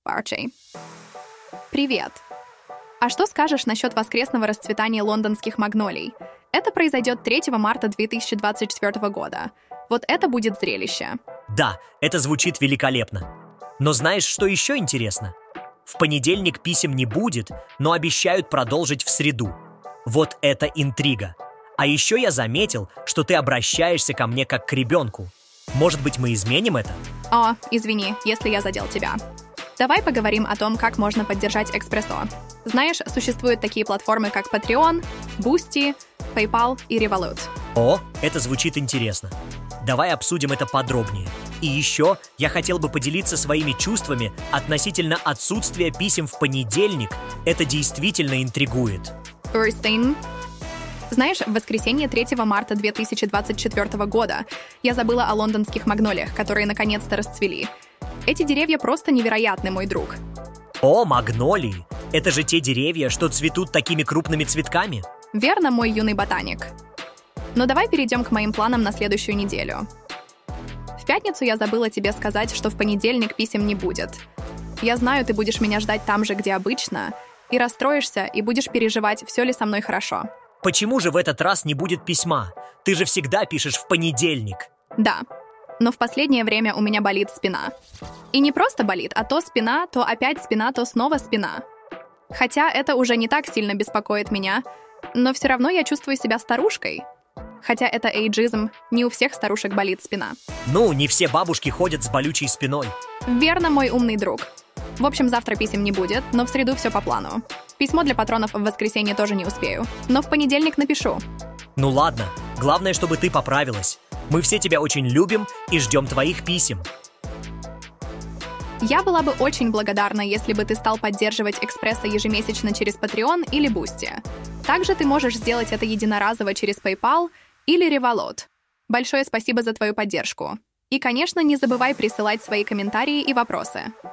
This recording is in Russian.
Арчи. Привет. А что скажешь насчет воскресного расцветания лондонских магнолий? Это произойдет 3 марта 2024 года. Вот это будет зрелище. Да, это звучит великолепно. Но знаешь, что еще интересно? В понедельник писем не будет, но обещают продолжить в среду. Вот это интрига. А еще я заметил, что ты обращаешься ко мне как к ребенку. Может быть, мы изменим это? О, извини, если я задел тебя. Давай поговорим о том, как можно поддержать Экспрессо. Знаешь, существуют такие платформы, как Patreon, Boosty, PayPal и Revolut. О, это звучит интересно. Давай обсудим это подробнее. И еще я хотел бы поделиться своими чувствами относительно отсутствия писем в понедельник. Это действительно интригует. Урстейн. Знаешь, в воскресенье 3 марта 2024 года я забыла о лондонских магнолиях, которые наконец-то расцвели. Эти деревья просто невероятны, мой друг. О, магнолии! Это же те деревья, что цветут такими крупными цветками? Верно, мой юный ботаник. Но давай перейдем к моим планам на следующую неделю. В пятницу я забыла тебе сказать, что в понедельник писем не будет. Я знаю, ты будешь меня ждать там же, где обычно, и расстроишься, и будешь переживать, все ли со мной хорошо. Почему же в этот раз не будет письма? Ты же всегда пишешь в понедельник. Да, но в последнее время у меня болит спина. И не просто болит, а то спина, то опять спина, то снова спина. Хотя это уже не так сильно беспокоит меня, но все равно я чувствую себя старушкой. Хотя это эйджизм, не у всех старушек болит спина. Ну, не все бабушки ходят с болючей спиной. Верно, мой умный друг. В общем, завтра писем не будет, но в среду все по плану. Письмо для патронов в воскресенье тоже не успею, но в понедельник напишу. Ну ладно, главное, чтобы ты поправилась. Мы все тебя очень любим и ждем твоих писем. Я была бы очень благодарна, если бы ты стал поддерживать Экспрессо ежемесячно через Patreon или Boosty. Также ты можешь сделать это единоразово через PayPal или Revolut. Большое спасибо за твою поддержку. И, конечно, не забывай присылать свои комментарии и вопросы.